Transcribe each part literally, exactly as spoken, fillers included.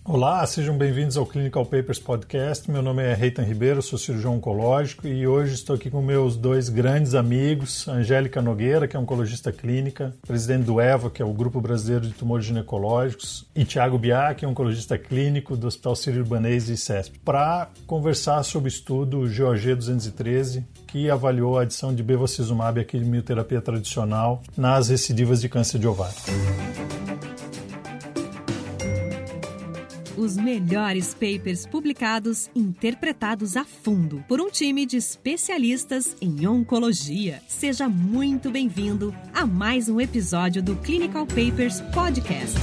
Olá, sejam bem-vindos ao Clinical Papers Podcast. Meu nome é Reitan Ribeiro, sou cirurgião oncológico e hoje estou aqui com meus dois grandes amigos, Angélica Nogueira, que é oncologista clínica, presidente do EVA, que é o Grupo Brasileiro de Tumores Ginecológicos, e Thiago Biá, que é oncologista clínico do Hospital Sírio-Libanês e CESP, para conversar sobre o estudo G O G duzentos e treze, que avaliou a adição de bevacizumab à quimioterapia tradicional nas recidivas de câncer de ovário. Os melhores papers publicados, interpretados a fundo por um time de especialistas em oncologia. Seja muito bem-vindo a mais um episódio do Clinical Papers Podcast.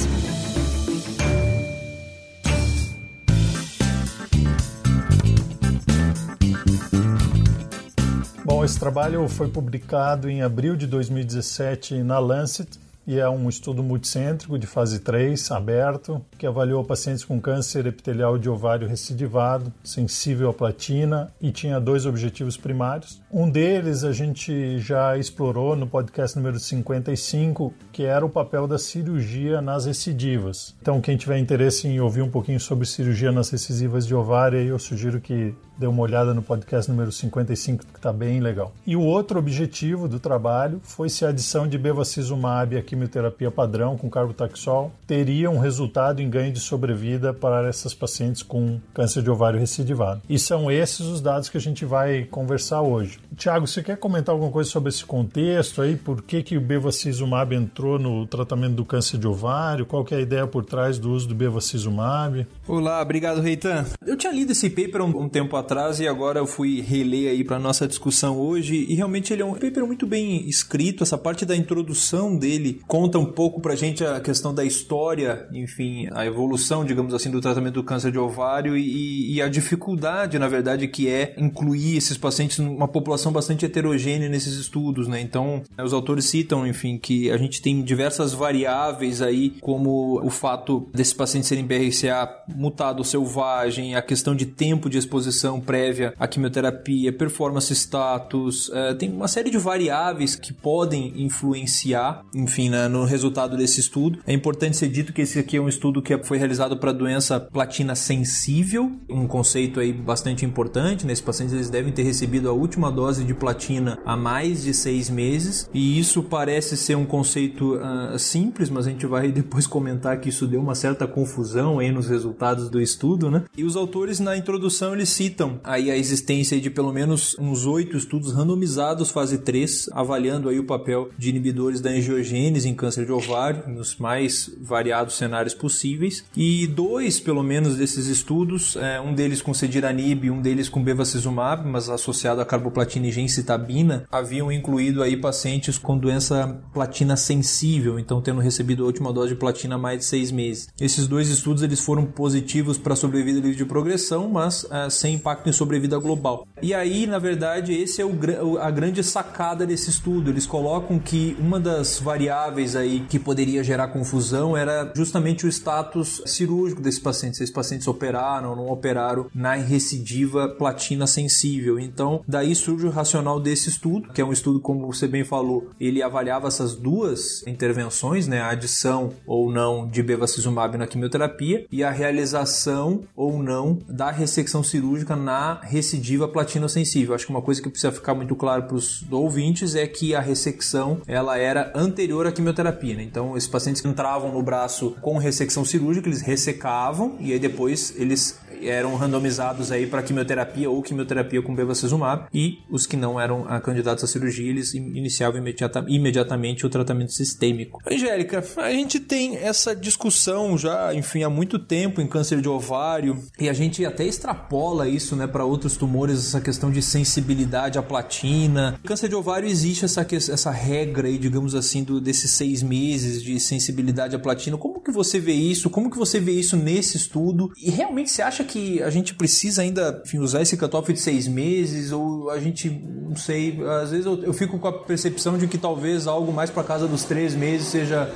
Bom, esse trabalho foi publicado em abril de dois mil e dezessete na Lancet, e é um estudo multicêntrico de fase três, aberto, que avaliou pacientes com câncer epitelial de ovário recidivado, sensível à platina, e tinha dois objetivos primários. Um deles a gente já explorou no podcast número cinquenta e cinco, que era o papel da cirurgia nas recidivas. Então, quem tiver interesse em ouvir um pouquinho sobre cirurgia nas recidivas de ovário, eu sugiro que dê uma olhada no podcast número cinquenta e cinco, que está bem legal. E o outro objetivo do trabalho foi se a adição de bevacizumab à quimioterapia padrão com carbotaxol teria um resultado em ganho de sobrevida para essas pacientes com câncer de ovário recidivado. E são esses os dados que a gente vai conversar hoje. Tiago, você quer comentar alguma coisa sobre esse contexto aí? Por que, que o bevacizumab entrou no tratamento do câncer de ovário? Qual que é a ideia por trás do uso do bevacizumab? Olá, obrigado, Reitan. Eu tinha lido esse paper um, um tempo atrás e agora eu fui reler aí para nossa discussão hoje e realmente ele é um paper muito bem escrito. Essa parte da introdução dele conta um pouco pra gente a questão da história, enfim, a evolução, digamos assim, do tratamento do câncer de ovário e, e a dificuldade, na verdade, que é incluir esses pacientes numa população bastante heterogênea nesses estudos, né? Então, os autores citam, enfim, que a gente tem diversas variáveis aí, como o fato desses pacientes serem B R C A mutado selvagem, a questão de tempo de exposição prévia à quimioterapia, performance status, é, tem uma série de variáveis que podem influenciar, enfim, né, no resultado desse estudo. É importante ser dito que esse aqui é um estudo que foi realizado para doença platina sensível, um conceito aí bastante importante, né? Esses pacientes eles devem ter recebido a última dose de platina há mais de seis meses, e isso parece ser um conceito uh, simples, mas a gente vai depois comentar que isso deu uma certa confusão aí nos resultados do estudo, né? E os autores na introdução eles citam aí a existência de pelo menos uns oito estudos randomizados fase três, avaliando aí o papel de inibidores da angiogênese em câncer de ovário, nos mais variados cenários possíveis, e dois pelo menos desses estudos, é, um deles com cediranib e um deles com bevacizumab, mas associado a carboplatina e gemcitabina, haviam incluído aí pacientes com doença platina sensível, então tendo recebido a última dose de platina há mais de seis meses. Esses dois estudos eles foram positivos para sobrevida livre de progressão, mas uh, sem impacto em sobrevida global. E aí, na verdade, esse é o, a grande sacada desse estudo. Eles colocam que uma das variáveis aí que poderia gerar confusão era justamente o status cirúrgico desses pacientes. Se esses pacientes operaram ou não operaram na recidiva platina sensível. Então, daí surge o racional desse estudo, que é um estudo, como você bem falou, ele avaliava essas duas intervenções, né, a adição ou não de bevacizumab na quimioterapia e a realização ou não da ressecção cirúrgica na recidiva platina sensível. Acho que uma coisa que precisa ficar muito claro para os ouvintes é que a ressecção ela era anterior à quimioterapia, né? Então, esses pacientes que entravam no braço com ressecção cirúrgica, eles ressecavam e aí depois eles eram randomizados aí para quimioterapia ou quimioterapia com bevacizumab, e os que não eram candidatos à cirurgia, eles iniciavam imediata, imediatamente o tratamento sistêmico. Angélica, a gente tem essa discussão já, enfim, há muito tempo em câncer de ovário, e a gente até extrapola isso, né, para outros tumores, essa questão de sensibilidade à platina. No câncer de ovário existe essa, essa regra aí, digamos assim, do, desses seis meses de sensibilidade à platina. Como que você vê isso? Como que você vê isso nesse estudo? E realmente você acha que a gente precisa ainda, enfim, usar esse cutoff de seis meses? Ou a gente, não sei, às vezes eu, eu fico com a percepção de que talvez algo mais para casa dos três meses seja,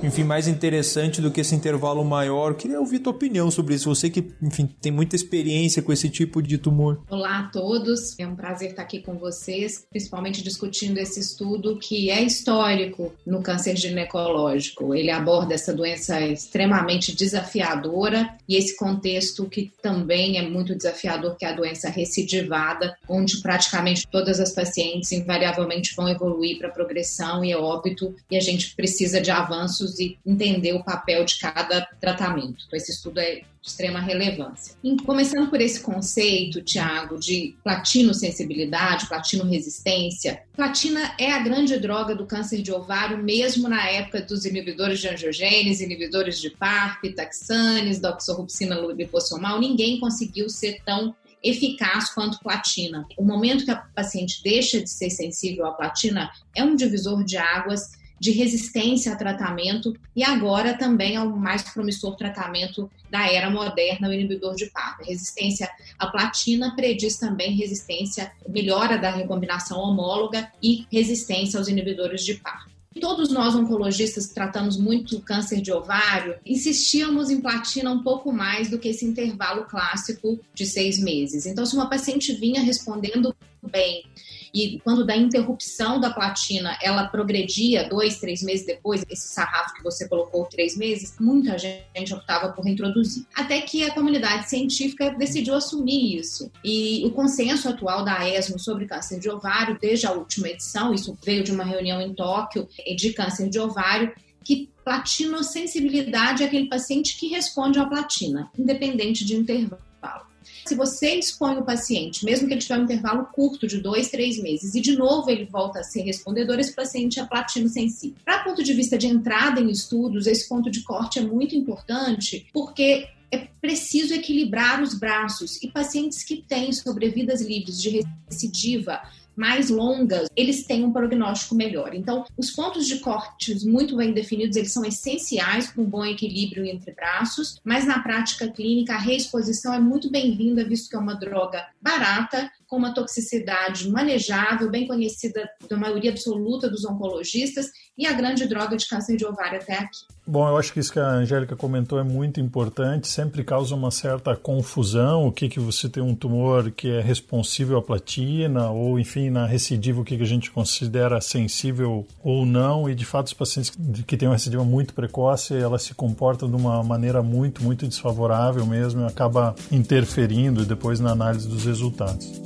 enfim, mais interessante do que esse intervalo maior. Queria ouvir tua opinião sobre isso. Você que, enfim, tem muita experiência com esse tipo de tumor. Olá a todos. É um prazer estar aqui com vocês, principalmente discutindo esse estudo que é histórico no câncer ginecológico. Ele aborda essa doença extremamente desafiadora e esse contexto que também é muito desafiador, que é a doença recidivada, onde praticamente todas as pacientes invariavelmente vão evoluir para progressão e óbito, e a gente precisa de avanços e entender o papel de cada tratamento. Então, esse estudo é de extrema relevância. E, começando por esse conceito, Tiago, de platinosensibilidade, platinoresistência. Platina é a grande droga do câncer de ovário, mesmo na época dos inibidores de angiogênese, inibidores de P A R P, taxanes, doxorubicina, lipossomal. Ninguém conseguiu ser tão eficaz quanto platina. O momento que a paciente deixa de ser sensível à platina é um divisor de águas de resistência a tratamento e agora também é o mais promissor tratamento da era moderna, o inibidor de P A R P. Resistência à platina prediz também resistência, melhora da recombinação homóloga e resistência aos inibidores de P A R P. Todos nós oncologistas que tratamos muito câncer de ovário, insistíamos em platina um pouco mais do que esse intervalo clássico de seis meses. Então, se uma paciente vinha respondendo bem e quando da interrupção da platina ela progredia dois, três meses depois, esse sarrafo que você colocou três meses, muita gente optava por reintroduzir. Até que a comunidade científica decidiu assumir isso. E o consenso atual da ESMO sobre câncer de ovário, desde a última edição, isso veio de uma reunião em Tóquio de câncer de ovário, que platinosensibilidade é aquele paciente que responde à platina, independente de intervalo. Se você expõe o paciente, mesmo que ele tiver um intervalo curto de dois, três meses, e de novo ele volta a ser respondedor, esse paciente é platino-sensível. Para ponto de vista de entrada em estudos, esse ponto de corte é muito importante, porque é preciso equilibrar os braços. E pacientes que têm sobrevidas livres de recidiva mais longas, eles têm um prognóstico melhor. Então, os pontos de cortes muito bem definidos, eles são essenciais para um bom equilíbrio entre braços, mas na prática clínica a reexposição é muito bem-vinda, visto que é uma droga barata, com uma toxicidade manejável, bem conhecida da maioria absoluta dos oncologistas e a grande droga de câncer de ovário até aqui. Bom, eu acho que isso que a Angélica comentou é muito importante, sempre causa uma certa confusão, o que que você tem um tumor que é responsível à platina, ou enfim, na recidiva o que que a gente considera sensível ou não, e de fato os pacientes que têm uma recidiva muito precoce, ela se comporta de uma maneira muito, muito desfavorável mesmo e acaba interferindo depois na análise dos resultados.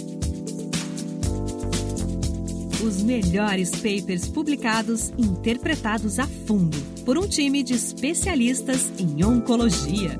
Os melhores papers publicados, interpretados a fundo por um time de especialistas em oncologia.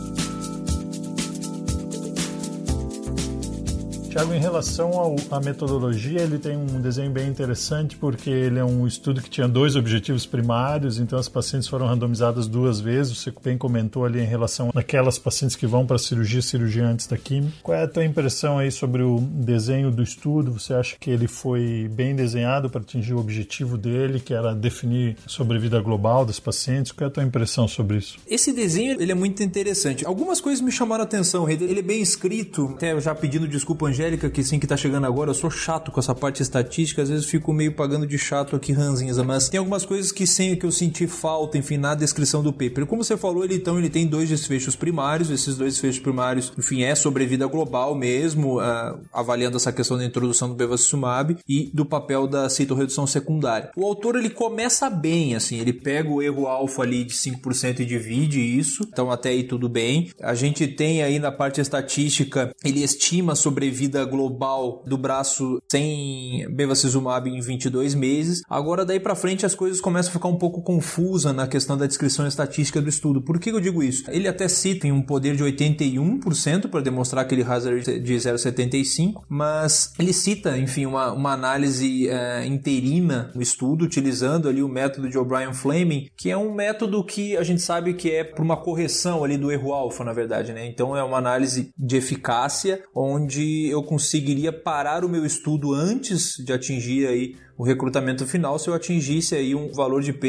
Tiago, em relação ao, à metodologia, ele tem um desenho bem interessante porque ele é um estudo que tinha dois objetivos primários, então as pacientes foram randomizadas duas vezes, você bem comentou ali em relação àquelas pacientes que vão para a cirurgia, cirurgia antes da quimio. Qual é a tua impressão aí sobre o desenho do estudo? Você acha que ele foi bem desenhado para atingir o objetivo dele, que era definir a sobrevida global das pacientes? Qual é a tua impressão sobre isso? Esse desenho ele é muito interessante. Algumas coisas me chamaram a atenção, ele é bem escrito, até já pedindo desculpa, Angélica, que sim, que tá chegando agora, eu sou chato com essa parte estatística, às vezes fico meio pagando de chato aqui ranzinza, mas tem algumas coisas que sim, que eu senti falta, enfim, na descrição do paper. Como você falou, ele então ele tem dois desfechos primários, esses dois desfechos primários, enfim, é sobrevida global mesmo, uh, avaliando essa questão da introdução do bevacizumab e do papel da citorredução secundária. O autor, ele começa bem, assim, ele pega o erro alfa ali de cinco por cento e divide isso, então até aí tudo bem. A gente tem aí na parte estatística, ele estima a sobrevida global do braço sem bevacizumab em vinte e dois meses. Agora daí pra frente as coisas começam a ficar um pouco confusas na questão da descrição estatística do estudo. Por que eu digo isso? Ele até cita em um poder de oitenta e um por cento para demonstrar aquele hazard de zero vírgula setenta e cinco, mas ele cita, enfim, uma, uma análise uh, interina no estudo, utilizando ali o método de O'Brien-Fleming, que é um método que a gente sabe que é por uma correção ali do erro alfa, na verdade, né? Então é uma análise de eficácia, onde eu conseguiria parar o meu estudo antes de atingir aí o recrutamento final, se eu atingisse aí um valor de P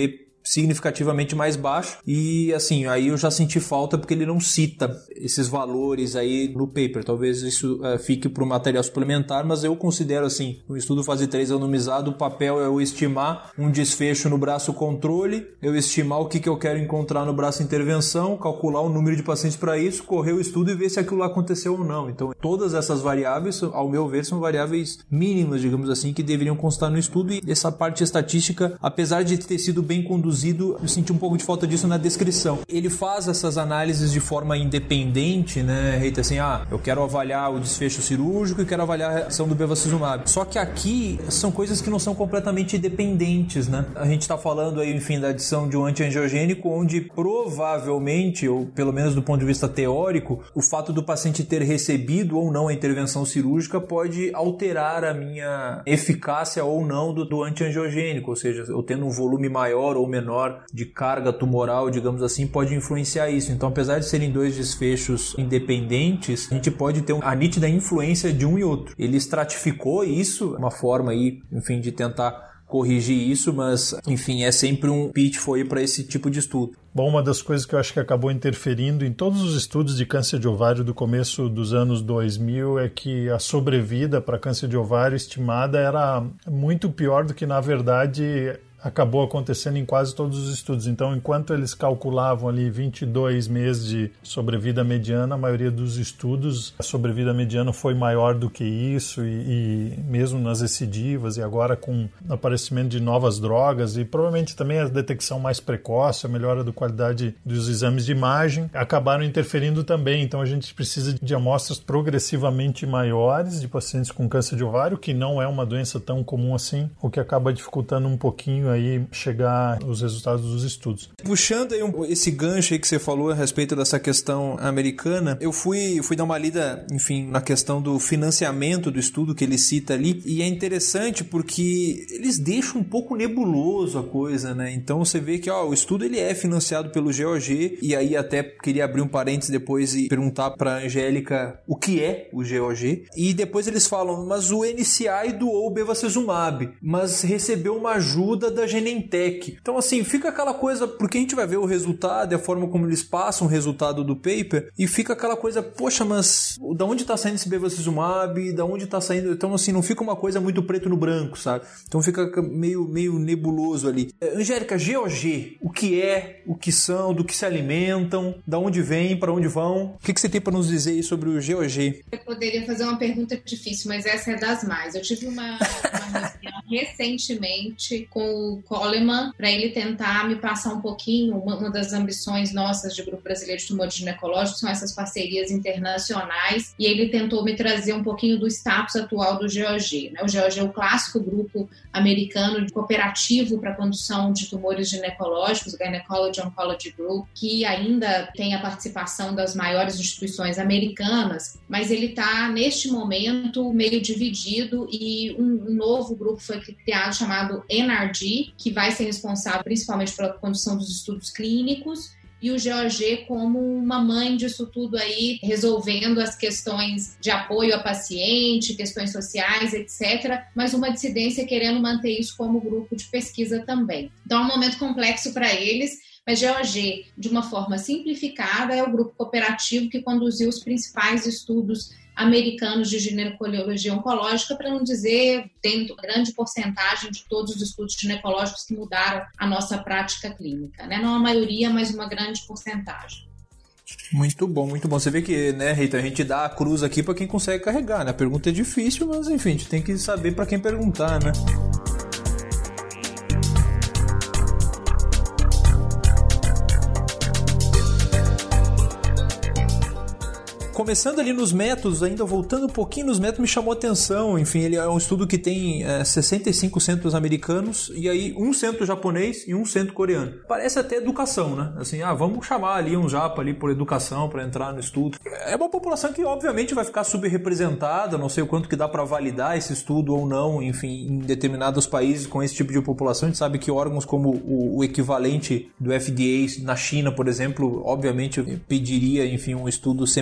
significativamente mais baixo. E assim, aí eu já senti falta porque ele não cita esses valores aí no paper. Talvez isso uh, fique para o material suplementar, mas eu considero assim, no estudo fase três randomizado, o papel é eu estimar um desfecho no braço controle, eu estimar o que, que eu quero encontrar no braço intervenção, calcular o número de pacientes para isso, correr o estudo e ver se aquilo aconteceu ou não. Então, todas essas variáveis, ao meu ver, são variáveis mínimas, digamos assim, que deveriam constar no estudo, e essa parte estatística, apesar de ter sido bem conduzido, eu senti um pouco de falta disso na descrição. Ele faz essas análises de forma independente, né, Reita, assim, ah, eu quero avaliar o desfecho cirúrgico e quero avaliar a reação do bevacizumab. Só que aqui são coisas que não são completamente dependentes, né? A gente está falando aí, enfim, da adição de um antiangiogênico, onde provavelmente, ou pelo menos do ponto de vista teórico, o fato do paciente ter recebido ou não a intervenção cirúrgica pode alterar a minha eficácia ou não do, do antiangiogênico, ou seja, eu tendo um volume maior ou menor de carga tumoral, digamos assim, pode influenciar isso. Então, apesar de serem dois desfechos independentes, a gente pode ter a nítida influência de um e outro. Ele estratificou isso, uma forma aí, enfim, de tentar corrigir isso, mas, enfim, é sempre um pitfall para esse tipo de estudo. Bom, uma das coisas que eu acho que acabou interferindo em todos os estudos de câncer de ovário do começo dos anos dois mil é que a sobrevida para câncer de ovário estimada era muito pior do que, na verdade, acabou acontecendo em quase todos os estudos. Então, enquanto eles calculavam ali vinte e dois meses de sobrevida mediana, a maioria dos estudos, a sobrevida mediana foi maior do que isso, e, e mesmo nas recidivas, e agora com o aparecimento de novas drogas, e provavelmente também a detecção mais precoce, a melhora da qualidade dos exames de imagem, acabaram interferindo também. Então, a gente precisa de amostras progressivamente maiores de pacientes com câncer de ovário, que não é uma doença tão comum assim, o que acaba dificultando um pouquinho aí chegar aos resultados dos estudos. Puxando aí um, esse gancho aí que você falou a respeito dessa questão americana, eu fui, fui dar uma lida, enfim, na questão do financiamento do estudo que ele cita ali, e é interessante porque eles deixam um pouco nebuloso a coisa, né? Então você vê que ó, o estudo ele é financiado pelo G O G, e aí até queria abrir um parênteses depois e perguntar para Angélica o que é o G O G, e depois eles falam, mas o N C I doou o bevacizumab, mas recebeu uma ajuda da Genentech. Então, assim, fica aquela coisa, porque a gente vai ver o resultado, a forma como eles passam o resultado do paper, e fica aquela coisa, poxa, mas da onde está saindo esse bevacizumab? Da onde está saindo? Então, assim, não fica uma coisa muito preto no branco, sabe? Então fica meio, meio nebuloso ali. Angélica, G O G, o que é, o que são, do que se alimentam, da onde vêm, para onde vão? O que, que você tem para nos dizer aí sobre o G O G? Eu poderia fazer uma pergunta difícil, mas essa é das mais. Eu tive uma, uma reunião recentemente com o Coleman, para ele tentar me passar um pouquinho, uma, uma das ambições nossas de Grupo Brasileiro de Tumores Ginecológicos são essas parcerias internacionais, e ele tentou me trazer um pouquinho do status atual do G O G. Né? O G O G é o clássico grupo americano de cooperativo para a condução de tumores ginecológicos, o Gynecology Oncology Group, que ainda tem a participação das maiores instituições americanas, mas ele está, neste momento, meio dividido, e um, um novo grupo foi criado chamado N R G, que vai ser responsável principalmente pela condução dos estudos clínicos, e o G O G como uma mãe disso tudo aí, resolvendo as questões de apoio a paciente, questões sociais, etcétera, mas uma dissidência querendo manter isso como grupo de pesquisa também. Então é um momento complexo para eles, mas G O G, de uma forma simplificada, é o grupo cooperativo que conduziu os principais estudos americanos de ginecologia oncológica, para não dizer, tem grande porcentagem de todos os estudos ginecológicos que mudaram a nossa prática clínica, né? Não a maioria, mas uma grande porcentagem. Muito bom, muito bom. Você vê que, né, Rita, a gente dá a cruz aqui para quem consegue carregar, né? A pergunta é difícil, mas enfim, a gente tem que saber para quem perguntar, né? Começando ali nos métodos, ainda voltando um pouquinho nos métodos, me chamou a atenção. Enfim, ele é um estudo que tem é, sessenta e cinco centros americanos, e aí um centro japonês e um centro coreano. Parece até educação, né? Assim, ah, vamos chamar ali um japa ali por educação para entrar no estudo. É uma população que obviamente vai ficar subrepresentada, não sei o quanto que dá para validar esse estudo ou não, enfim, em determinados países com esse tipo de população. A gente sabe que órgãos como o, o equivalente do F D A na China, por exemplo, obviamente pediria, enfim, um estudo semelhante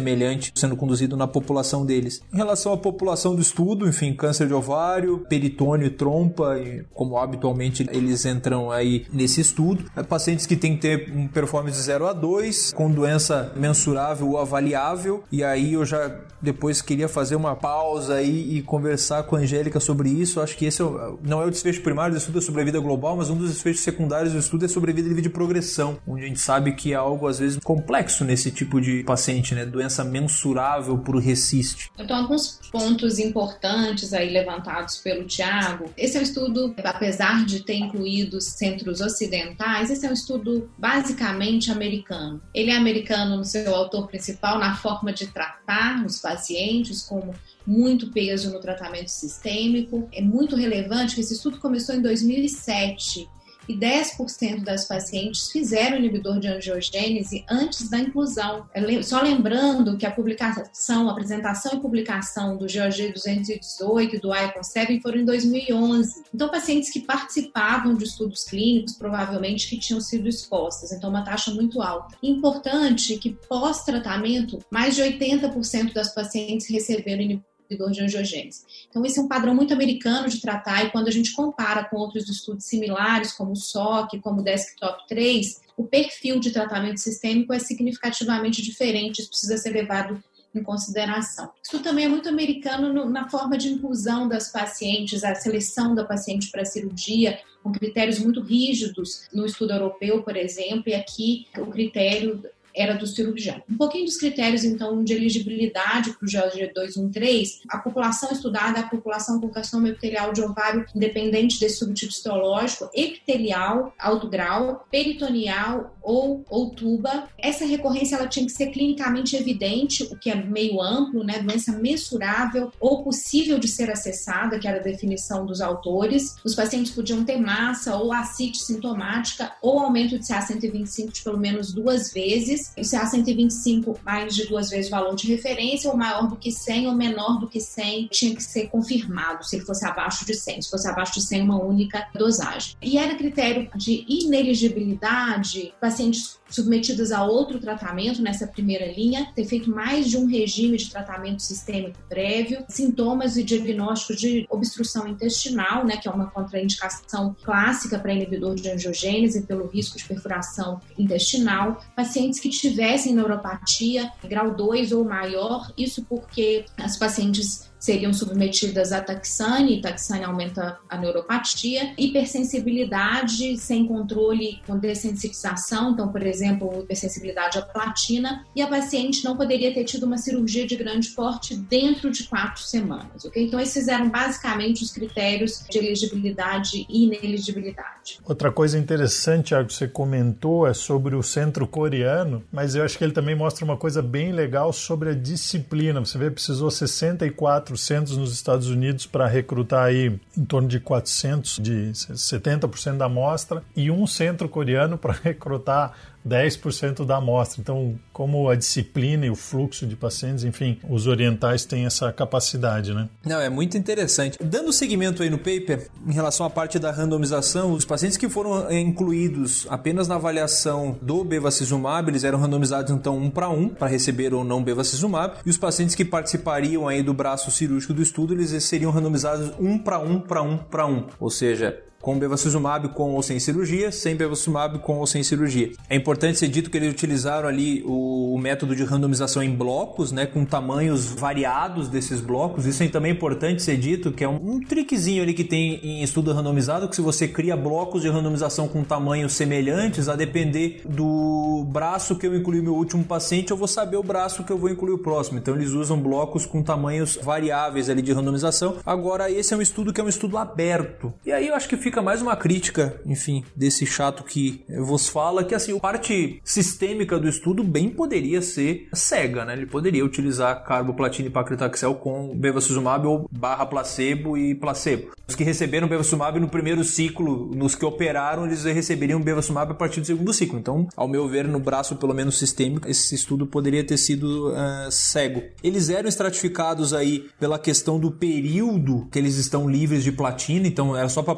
interessante sendo conduzido na população deles. Em relação à população do estudo, enfim, câncer de ovário, peritônio e trompa, e como habitualmente eles entram aí nesse estudo. Pacientes que têm que ter um performance de zero a dois, com doença mensurável ou avaliável, e aí eu já depois queria fazer uma pausa aí e conversar com a Angélica sobre isso. Acho que esse é o, não é o desfecho primário do estudo, é sobre a vida global, mas um dos desfechos secundários do estudo é sobre a vida livre de progressão, onde a gente sabe que é algo às vezes complexo nesse tipo de paciente, né? Doença mensurável por resiste. Então, alguns pontos importantes aí levantados pelo Tiago. Esse é um estudo, apesar de ter incluído centros ocidentais, esse é um estudo basicamente americano. Ele é americano no seu autor principal, na forma de tratar os pacientes, como muito peso no tratamento sistêmico. É muito relevante que esse estudo começou em dois mil e sete e dez por cento das pacientes fizeram inibidor de angiogênese antes da inclusão. Só lembrando que a publicação, a apresentação e publicação do G O G duzentos e dezoito e do I C O N sete foram em dois mil e onze. Então, pacientes que participavam de estudos clínicos, provavelmente que tinham sido expostas. Então, uma taxa muito alta. Importante que pós-tratamento, mais de oitenta por cento das pacientes receberam inibidor de angiogênese. Então, esse é um padrão muito americano de tratar, e quando a gente compara com outros estudos similares, como o S O C, como o Desktop três, o perfil de tratamento sistêmico é significativamente diferente, isso precisa ser levado em consideração. Isso também é muito americano no, na forma de inclusão das pacientes, a seleção da paciente para cirurgia, com critérios muito rígidos no estudo europeu, por exemplo, e aqui o critério era do cirurgião. Um pouquinho dos critérios, então, de elegibilidade para o G O G duzentos e treze, a população estudada é a população com carcinoma epitelial de ovário, independente desse subtipo histológico, epitelial, alto grau, peritoneal ou, ou tuba. Essa recorrência ela tinha que ser clinicamente evidente, o que é meio amplo, né? Doença mensurável ou possível de ser acessada, que era a definição dos autores. Os pacientes podiam ter massa ou ascite sintomática ou aumento de C A cento e vinte e cinco de pelo menos duas vezes. O C A cento e vinte e cinco mais de duas vezes o valor de referência, ou maior do que cem ou menor do que cem, tinha que ser confirmado se ele fosse abaixo de cem. Se fosse abaixo de cem, uma única dosagem. E era critério de ineligibilidade, pacientes submetidas a outro tratamento nessa primeira linha, ter feito mais de um regime de tratamento sistêmico prévio, sintomas e diagnóstico de obstrução intestinal, né, que é uma contraindicação clássica para inibidor de angiogênese pelo risco de perfuração intestinal, pacientes que tivessem neuropatia grau dois ou maior, isso porque as pacientes seriam submetidas a taxane, e taxane aumenta a neuropatia, hipersensibilidade sem controle com dessensitização, então, por exemplo, hipersensibilidade à platina, e a paciente não poderia ter tido uma cirurgia de grande porte dentro de quatro semanas, ok? Então, esses eram basicamente os critérios de elegibilidade e ineligibilidade. Outra coisa interessante, Thiago, que você comentou é sobre o centro coreano, mas eu acho que ele também mostra uma coisa bem legal sobre a disciplina. Você vê, precisou sessenta e quatro centros nos Estados Unidos para recrutar aí em torno de quatrocentos, de setenta por cento da amostra, e um centro coreano para recrutar dez por cento da amostra. Então, como a disciplina e o fluxo de pacientes, enfim, os orientais têm essa capacidade, né? Não, é muito interessante. Dando seguimento aí no paper, em relação à parte da randomização, os pacientes que foram incluídos apenas na avaliação do bevacizumab, eles eram randomizados então um para um, para receber ou não bevacizumab, e os pacientes que participariam aí do braço cirúrgico do estudo, eles seriam randomizados um para um, para um, para um, ou seja, com bevacizumab com ou sem cirurgia, sem bevacizumab com ou sem cirurgia. É importante ser dito que eles utilizaram ali o, o método de randomização em blocos, né, com tamanhos variados desses blocos. Isso é também importante ser dito, que é um, um trickzinho ali que tem em estudo randomizado, que se você cria blocos de randomização com tamanhos semelhantes, a depender do braço que eu incluí meu último paciente, eu vou saber o braço que eu vou incluir o próximo. Então eles usam blocos com tamanhos variáveis ali de randomização. Agora, esse é um estudo que é um estudo aberto. E aí eu acho que fica mais uma crítica, enfim, desse chato que vos fala, que assim, a parte sistêmica do estudo bem poderia ser cega, né? Ele poderia utilizar carboplatina e paclitaxel com bevacizumab ou barra placebo e placebo. Os que receberam bevacizumab no primeiro ciclo, nos que operaram, eles receberiam bevacizumab a partir do segundo ciclo. Então, ao meu ver, no braço pelo menos sistêmico, esse estudo poderia ter sido uh, cego. Eles eram estratificados aí pela questão do período que eles estão livres de platina, então era só para platina sem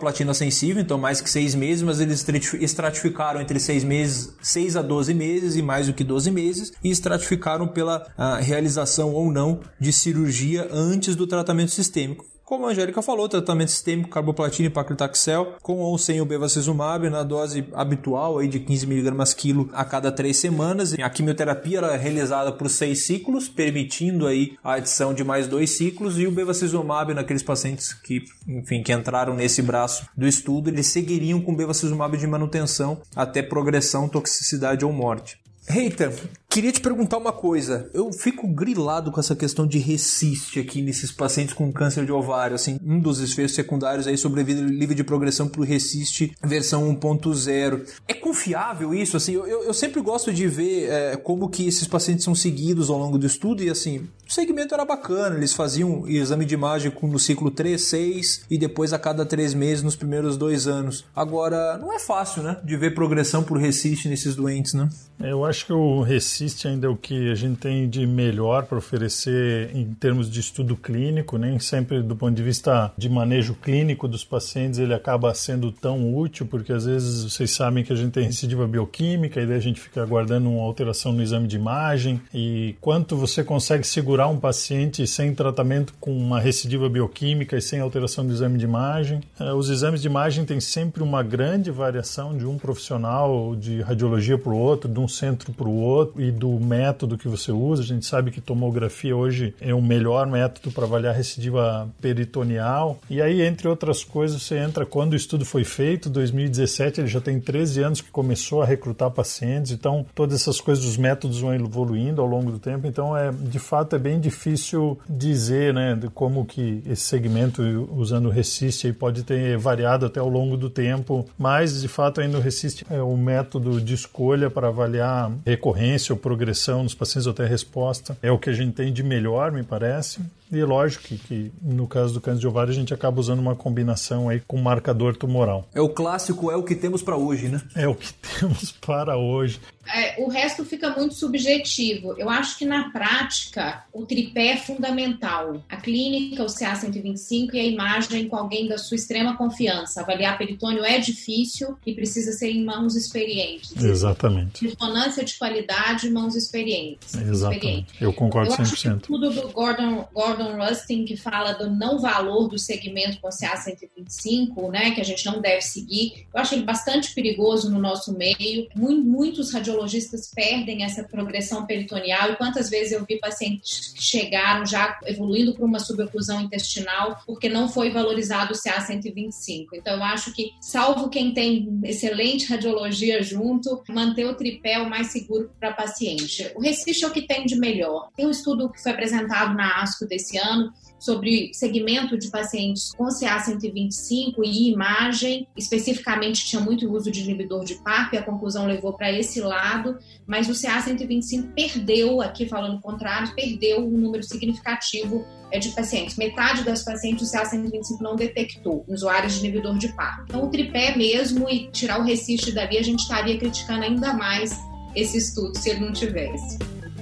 sensível, então mais que seis meses, mas eles estratificaram entre seis meses, seis a doze meses e mais do que doze meses, e estratificaram pela a, realização ou não de cirurgia antes do tratamento sistêmico. Como a Angélica falou, tratamento sistêmico, carboplatina e paclitaxel, com ou sem o bevacizumab, na dose habitual aí de quinze miligramas quilo a cada três semanas. A quimioterapia era realizada por seis ciclos, permitindo aí a adição de mais dois ciclos, e o bevacizumab naqueles pacientes que, enfim, que entraram nesse braço do estudo, eles seguiriam com bevacizumab de manutenção até progressão, toxicidade ou morte. Reita, queria te perguntar uma coisa. Eu fico grilado com essa questão de RECIST aqui nesses pacientes com câncer de ovário. Assim, um dos efeitos secundários aí sobrevida livre de progressão para o RECIST versão um ponto zero. É confiável isso? Assim, eu, eu sempre gosto de ver é, como que esses pacientes são seguidos ao longo do estudo e assim, o segmento era bacana. Eles faziam exame de imagem no ciclo três, seis e depois a cada três meses nos primeiros dois anos. Agora, não é fácil, né, de ver progressão por RECIST nesses doentes, né? Eu acho que o RECIST ainda é o que a gente tem de melhor para oferecer em termos de estudo clínico, nem sempre do ponto de vista de manejo clínico dos pacientes ele acaba sendo tão útil, porque às vezes vocês sabem que a gente tem recidiva bioquímica e daí a gente fica aguardando uma alteração no exame de imagem, e quanto você consegue segurar um paciente sem tratamento com uma recidiva bioquímica e sem alteração do exame de imagem. Os exames de imagem têm sempre uma grande variação de um profissional de radiologia para o outro, de um centro para o outro e do método que você usa. A gente sabe que tomografia hoje é o melhor método para avaliar recidiva peritoneal. E aí, entre outras coisas, você entra quando o estudo foi feito, dois mil e dezessete, ele já tem treze anos que começou a recrutar pacientes, então todas essas coisas, os métodos vão evoluindo ao longo do tempo, então é, de fato é bem difícil dizer, né, de como que esse segmento usando o RECIST aí pode ter variado até ao longo do tempo, mas de fato ainda o RECIST é o método de escolha para avaliar recorrência ou progressão nos pacientes até resposta. É o que a gente tem de melhor, me parece. E lógico que, que no caso do câncer de ovário a gente acaba usando uma combinação aí com marcador tumoral. É o clássico, é o que temos para hoje, né? É o que temos para hoje. É, o resto fica muito subjetivo. Eu acho que na prática o tripé é fundamental. A clínica, o C A cento e vinte e cinco e a imagem com alguém da sua extrema confiança. Avaliar peritônio é difícil e precisa ser em mãos experientes. Exatamente. Ressonância de qualidade, mãos experientes. Exatamente. Experientes. Eu concordo cem por cento. Eu acho que tudo do Gordon, Gordon Rustin, que fala do não valor do segmento com C A cento e vinte e cinco, né, que a gente não deve seguir, eu acho ele bastante perigoso no nosso meio. Muitos radiologistas perdem essa progressão peritoneal, e quantas vezes eu vi pacientes que chegaram já evoluindo para uma suboclusão intestinal porque não foi valorizado o C A cento e vinte e cinco. Então eu acho que, salvo quem tem excelente radiologia junto, manter o tripé é o mais seguro para paciente. O RECIST é o que tem de melhor. Tem um estudo que foi apresentado na ASCO desse ano sobre segmento de pacientes com C A cento e vinte e cinco e imagem, especificamente tinha muito uso de inibidor de P A R P, e a conclusão levou para esse lado, mas o C A cento e vinte e cinco perdeu, aqui falando o contrário, perdeu um número significativo de pacientes. Metade das pacientes o C A cento e vinte e cinco não detectou em usuários de inibidor de P A R P. Então o tripé mesmo, e tirar o RECIST dali, a gente estaria criticando ainda mais esse estudo se ele não tivesse.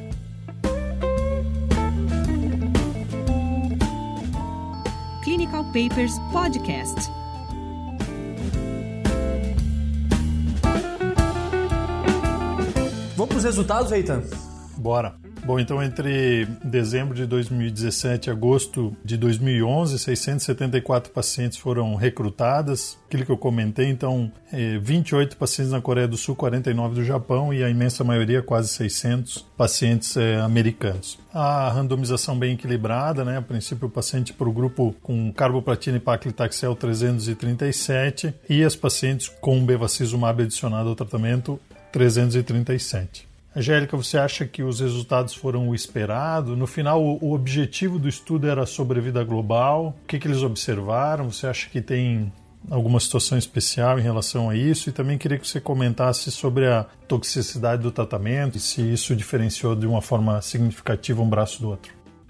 Clinical Papers Podcast. Vamos para os resultados, Reitan? Bora. Bom, então entre dezembro de dois mil e dezessete e agosto de dois mil e onze, seiscentos e setenta e quatro pacientes foram recrutadas. Aquilo que eu comentei, então, vinte e oito pacientes na Coreia do Sul, quarenta e nove do Japão e a imensa maioria, quase seiscentos, pacientes é, americanos. A randomização bem equilibrada, né? A princípio o paciente para o grupo com carboplatina e paclitaxel trezentos e trinta e sete e as pacientes com bevacizumab adicionado ao tratamento trezentos e trinta e sete. Angélica, você acha que os resultados foram o esperado? No final, o objetivo do estudo era a sobrevida global. O que, que eles observaram? Você acha que tem alguma situação especial em relação a isso? E também queria que você comentasse sobre a toxicidade do tratamento e se isso diferenciou de uma forma significativa um braço do outro.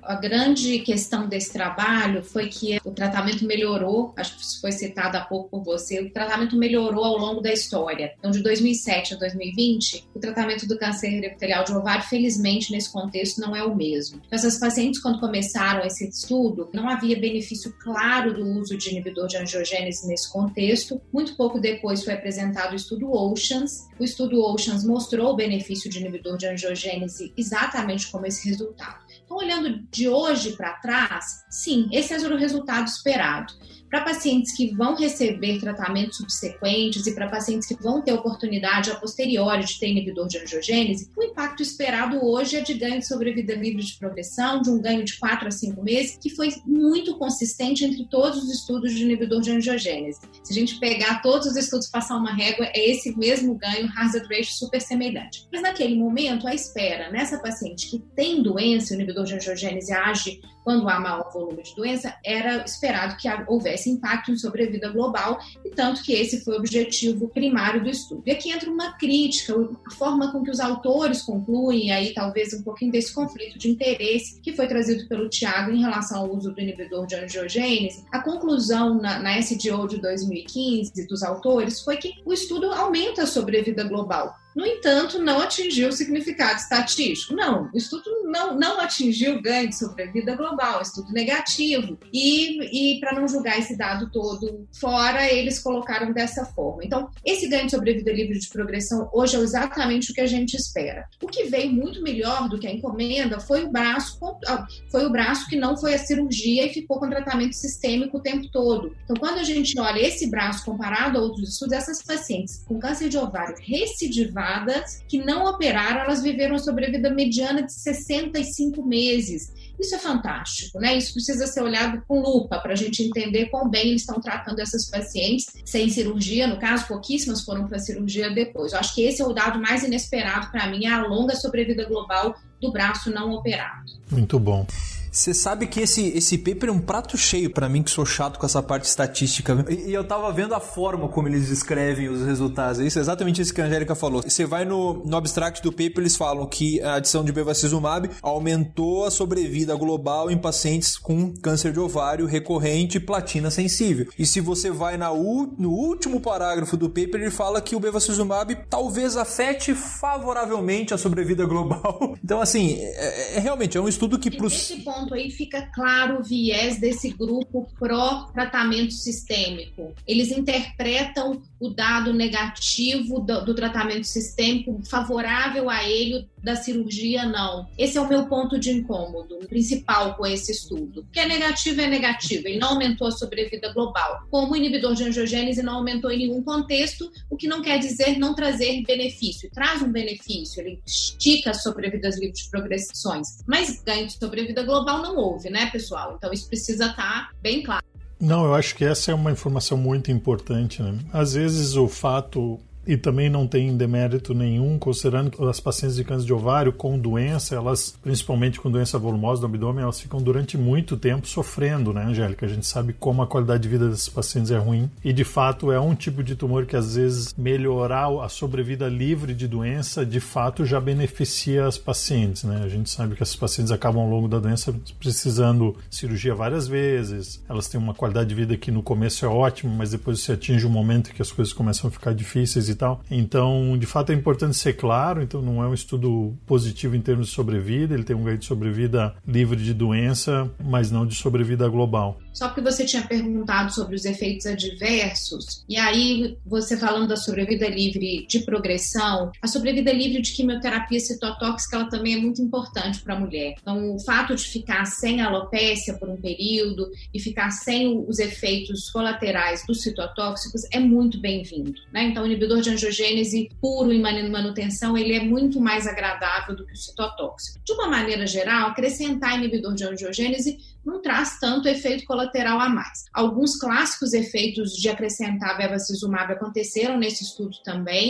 A grande questão desse trabalho foi que o tratamento melhorou, acho que isso foi citado há pouco por você, o tratamento melhorou ao longo da história. Então, de dois mil e sete a dois mil e vinte, o tratamento do câncer epitelial de ovário, felizmente, nesse contexto, não é o mesmo. Então, essas pacientes, quando começaram esse estudo, não havia benefício claro do uso de inibidor de angiogênese nesse contexto. Muito pouco depois foi apresentado o estudo Oceans. O estudo Oceans mostrou o benefício de inibidor de angiogênese exatamente como esse resultado. Então, olhando de hoje para trás, sim, esse é o resultado esperado. Para pacientes que vão receber tratamentos subsequentes e para pacientes que vão ter oportunidade a posteriori de ter inibidor de angiogênese, o impacto esperado hoje é de ganho de sobrevida livre de progressão, de um ganho de quatro a cinco meses, que foi muito consistente entre todos os estudos de inibidor de angiogênese. Se a gente pegar todos os estudos e passar uma régua, é esse mesmo ganho, hazard ratio super semelhante. Mas naquele momento, a espera nessa paciente que tem doença, o inibidor de angiogênese age quando há maior volume de doença, era esperado que houvesse impacto em sobrevida global, e tanto que esse foi o objetivo primário do estudo. E aqui entra uma crítica, a forma com que os autores concluem, aí talvez um pouquinho desse conflito de interesse que foi trazido pelo Tiago em relação ao uso do inibidor de angiogênese. A conclusão na, na S D O de dois mil e quinze dos autores foi que o estudo aumenta a sobrevida global. No entanto, não atingiu o significado estatístico. Não, o estudo não, não atingiu o ganho de sobrevida global, estudo negativo. E, e para não julgar esse dado todo fora, eles colocaram dessa forma. Então, esse ganho de sobrevida livre de progressão hoje é exatamente o que a gente espera. O que veio muito melhor do que a encomenda foi o braço, foi o braço que não foi a cirurgia e ficou com tratamento sistêmico o tempo todo. Então, quando a gente olha esse braço comparado a outros estudos, essas pacientes com câncer de ovário recidivado que não operaram, elas viveram a sobrevida mediana de sessenta e cinco meses. Isso é fantástico, né? Isso precisa ser olhado com lupa para a gente entender quão bem eles estão tratando essas pacientes sem cirurgia. No caso, pouquíssimas foram para cirurgia depois. Eu acho que esse é o dado mais inesperado para mim, é a longa sobrevida global do braço não operado. Muito bom. Você sabe que esse, esse paper é um prato cheio pra mim, que sou chato com essa parte estatística. E, e eu tava vendo a forma como eles descrevem os resultados. Isso é exatamente isso que a Angélica falou. Você vai no, no abstract do paper, eles falam que a adição de bevacizumab aumentou a sobrevida global em pacientes com câncer de ovário recorrente e platina sensível. E se você vai na u, no último parágrafo do paper, ele fala que o bevacizumab talvez afete favoravelmente a sobrevida global. Então, assim, é, é realmente é um estudo que... Pros... Nesse ponto aí fica claro o viés desse grupo pró-tratamento sistêmico. Eles interpretam o dado negativo do, do tratamento sistêmico favorável a ele, da cirurgia não. Esse é o meu ponto de incômodo principal com esse estudo. O que é negativo é negativo, ele não aumentou a sobrevida global. Como o inibidor de angiogênese não aumentou em nenhum contexto, o que não quer dizer não trazer benefício. Traz um benefício, ele estica as sobrevidas livres de progressões, mas ganho de sobrevida global não houve, né, pessoal? Então isso precisa estar bem claro. Não, eu acho que essa é uma informação muito importante, né? Às vezes o fato... E também não tem demérito nenhum, considerando que as pacientes de câncer de ovário com doença, elas, principalmente com doença volumosa do abdômen, elas ficam durante muito tempo sofrendo, né, Angélica? A gente sabe como a qualidade de vida desses pacientes é ruim. E, de fato, é um tipo de tumor que, às vezes, melhorar a sobrevida livre de doença, de fato, já beneficia as pacientes, né? A gente sabe que essas pacientes acabam, ao longo da doença, precisando de cirurgia várias vezes. Elas têm uma qualidade de vida que, no começo, é ótima, mas depois você atinge um momento que as coisas começam a ficar difíceis e tal. Então, de fato, é importante ser claro. Então, não é um estudo positivo em termos de sobrevida, ele tem um ganho de sobrevida livre de doença, mas não de sobrevida global. Só porque você tinha perguntado sobre os efeitos adversos, e aí você falando da sobrevida livre de progressão, a sobrevida livre de quimioterapia citotóxica, ela também é muito importante para a mulher. Então, o fato de ficar sem alopecia por um período e ficar sem os efeitos colaterais dos citotóxicos é muito bem-vindo, né? Então, o inibidor de angiogênese puro em manutenção, ele é muito mais agradável do que o citotóxico. De uma maneira geral, acrescentar inibidor de angiogênese não traz tanto efeito colateral a mais. Alguns clássicos efeitos de acrescentar bevacizumab aconteceram nesse estudo também.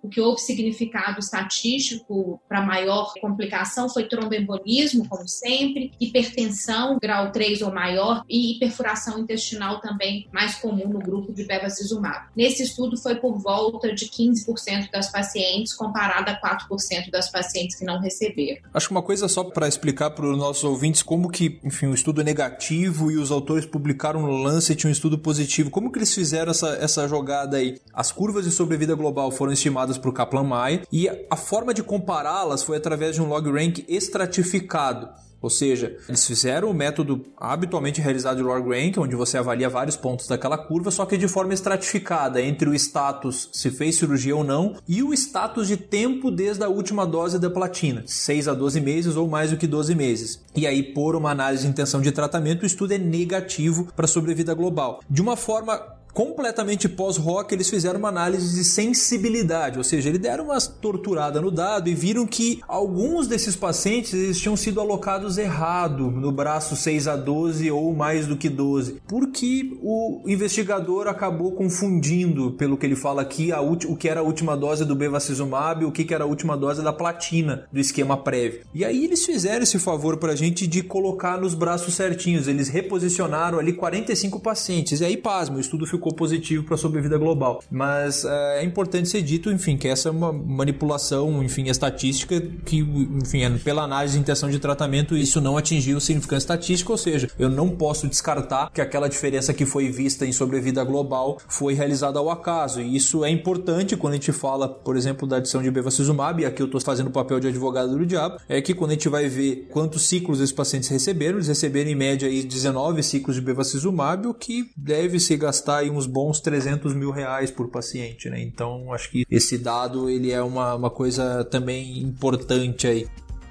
O que houve significado estatístico para maior complicação foi tromboembolismo, como sempre, hipertensão, grau três ou maior, e perfuração intestinal também mais comum no grupo de bevacizumab. Nesse estudo foi por volta de quinze por cento das pacientes, comparado a quatro por cento das pacientes que não receberam. Acho que uma coisa só para explicar para os nossos ouvintes como que, enfim, o estudo é negativo e os autores publicaram no Lancet um estudo positivo. Como que eles fizeram essa, essa jogada aí? As curvas de sobrevida global foram estimadas por Kaplan-Meier e a forma de compará-las foi através de um log rank estratificado. Ou seja, eles fizeram o método habitualmente realizado de log rank, onde você avalia vários pontos daquela curva, só que de forma estratificada, entre o status, se fez cirurgia ou não, e o status de tempo desde a última dose da platina, seis a doze meses ou mais do que doze meses. E aí, por uma análise de intenção de tratamento, o estudo é negativo para a sobrevida global. De uma forma completamente pós-hoc, eles fizeram uma análise de sensibilidade, ou seja, eles deram uma torturada no dado e viram que alguns desses pacientes eles tinham sido alocados errado no braço seis a doze ou mais do que doze, porque o investigador acabou confundindo, pelo que ele fala aqui, a ulti- o que era a última dose do bevacizumab e o que era a última dose da platina do esquema prévio. E aí eles fizeram esse favor pra gente de colocar nos braços certinhos, eles reposicionaram ali quarenta e cinco pacientes, e aí, pasmo, o estudo ficou positivo para a sobrevida global. Mas é, é importante ser dito, enfim, que essa é uma manipulação, enfim, estatística que, enfim, é, pela análise de intenção de tratamento, isso não atingiu significância estatística, ou seja, eu não posso descartar que aquela diferença que foi vista em sobrevida global foi realizada ao acaso. E isso é importante quando a gente fala, por exemplo, da adição de bevacizumab, e aqui eu estou fazendo o papel de advogado do diabo, é que quando a gente vai ver quantos ciclos esses pacientes receberam, eles receberam em média aí dezenove ciclos de bevacizumab, o que deve se gastar aí uns bons trezentos mil reais por paciente, né? Então, acho que esse dado ele é uma, uma coisa também importante aí.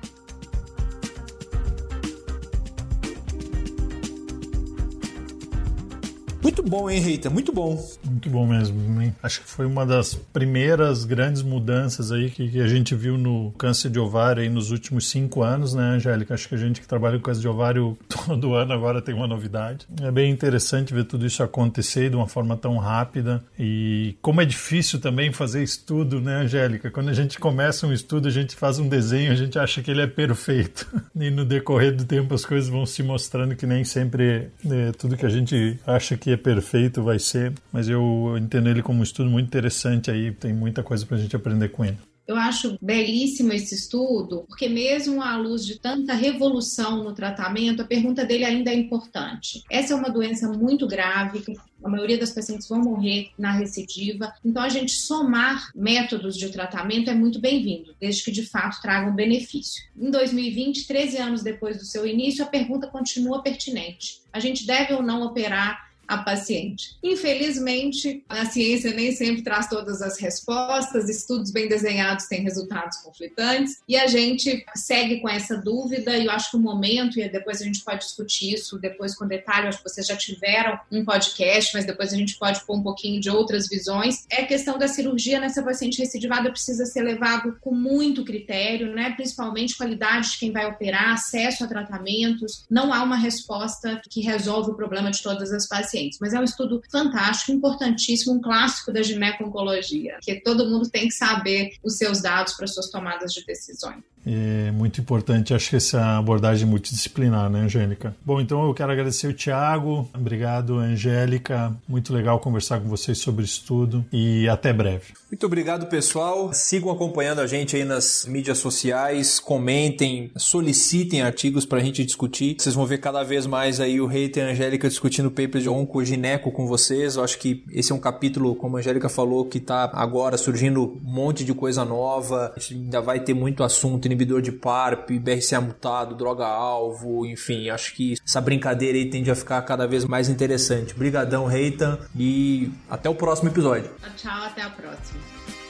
Muito bom, hein, Reita? Muito bom. Muito bom mesmo, hein? Acho que foi uma das primeiras grandes mudanças aí que, que a gente viu no câncer de ovário aí nos últimos cinco anos, né, Angélica? Acho que a gente que trabalha com câncer de ovário todo ano agora tem uma novidade. É bem interessante ver tudo isso acontecer de uma forma tão rápida e como é difícil também fazer estudo, né, Angélica? Quando a gente começa um estudo, a gente faz um desenho, a gente acha que ele é perfeito. E no decorrer do tempo as coisas vão se mostrando que nem sempre é, tudo que a gente acha que é perfeito vai ser, mas eu entendo ele como um estudo muito interessante aí, tem muita coisa pra gente aprender com ele. Eu acho belíssimo esse estudo, porque mesmo à luz de tanta revolução no tratamento, a pergunta dele ainda é importante. Essa é uma doença muito grave, a maioria das pacientes vão morrer na recidiva, então a gente somar métodos de tratamento é muito bem-vindo, desde que de fato tragam benefício. Em dois mil e vinte, treze anos depois do seu início, a pergunta continua pertinente. A gente deve ou não operar a paciente? Infelizmente, a ciência nem sempre traz todas as respostas, estudos bem desenhados têm resultados conflitantes e a gente segue com essa dúvida e eu acho que o momento, e depois a gente pode discutir isso depois com detalhe, eu acho que vocês já tiveram um podcast, mas depois a gente pode pôr um pouquinho de outras visões, é a questão da cirurgia nessa paciente recidivada precisa ser levado com muito critério, né? Principalmente qualidade de quem vai operar, acesso a tratamentos, não há uma resposta que resolve o problema de todas as pacientes. Mas é um estudo fantástico, importantíssimo, um clássico da gineco-oncologia, que todo mundo tem que saber os seus dados para suas tomadas de decisões. É muito importante, acho que essa abordagem multidisciplinar, né, Angélica? Bom, então eu quero agradecer o Thiago, obrigado, Angélica, muito legal conversar com vocês sobre isso tudo e até breve. Muito obrigado, pessoal. Sigam acompanhando a gente aí nas mídias sociais, comentem, solicitem artigos para a gente discutir. Vocês vão ver cada vez mais aí o Reita e a Angélica discutindo papers de oncogineco com vocês. Eu acho que esse é um capítulo, como a Angélica falou, que está agora surgindo um monte de coisa nova. A gente ainda vai ter muito assunto, inibidor de P A R P, B R C A mutado, droga-alvo, enfim, acho que essa brincadeira aí tende a ficar cada vez mais interessante. Obrigadão, Reita, e até o próximo episódio. Tchau, até a próxima.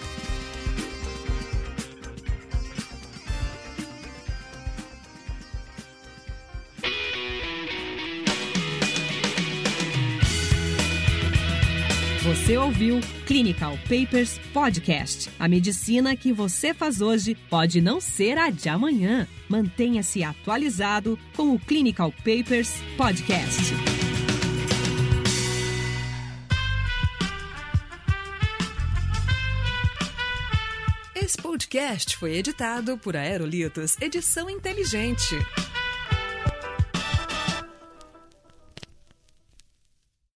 Você ouviu Clinical Papers Podcast. A medicina que você faz hoje pode não ser a de amanhã. Mantenha-se atualizado com o Clinical Papers Podcast. Esse podcast foi editado por Aerolitos Edição Inteligente.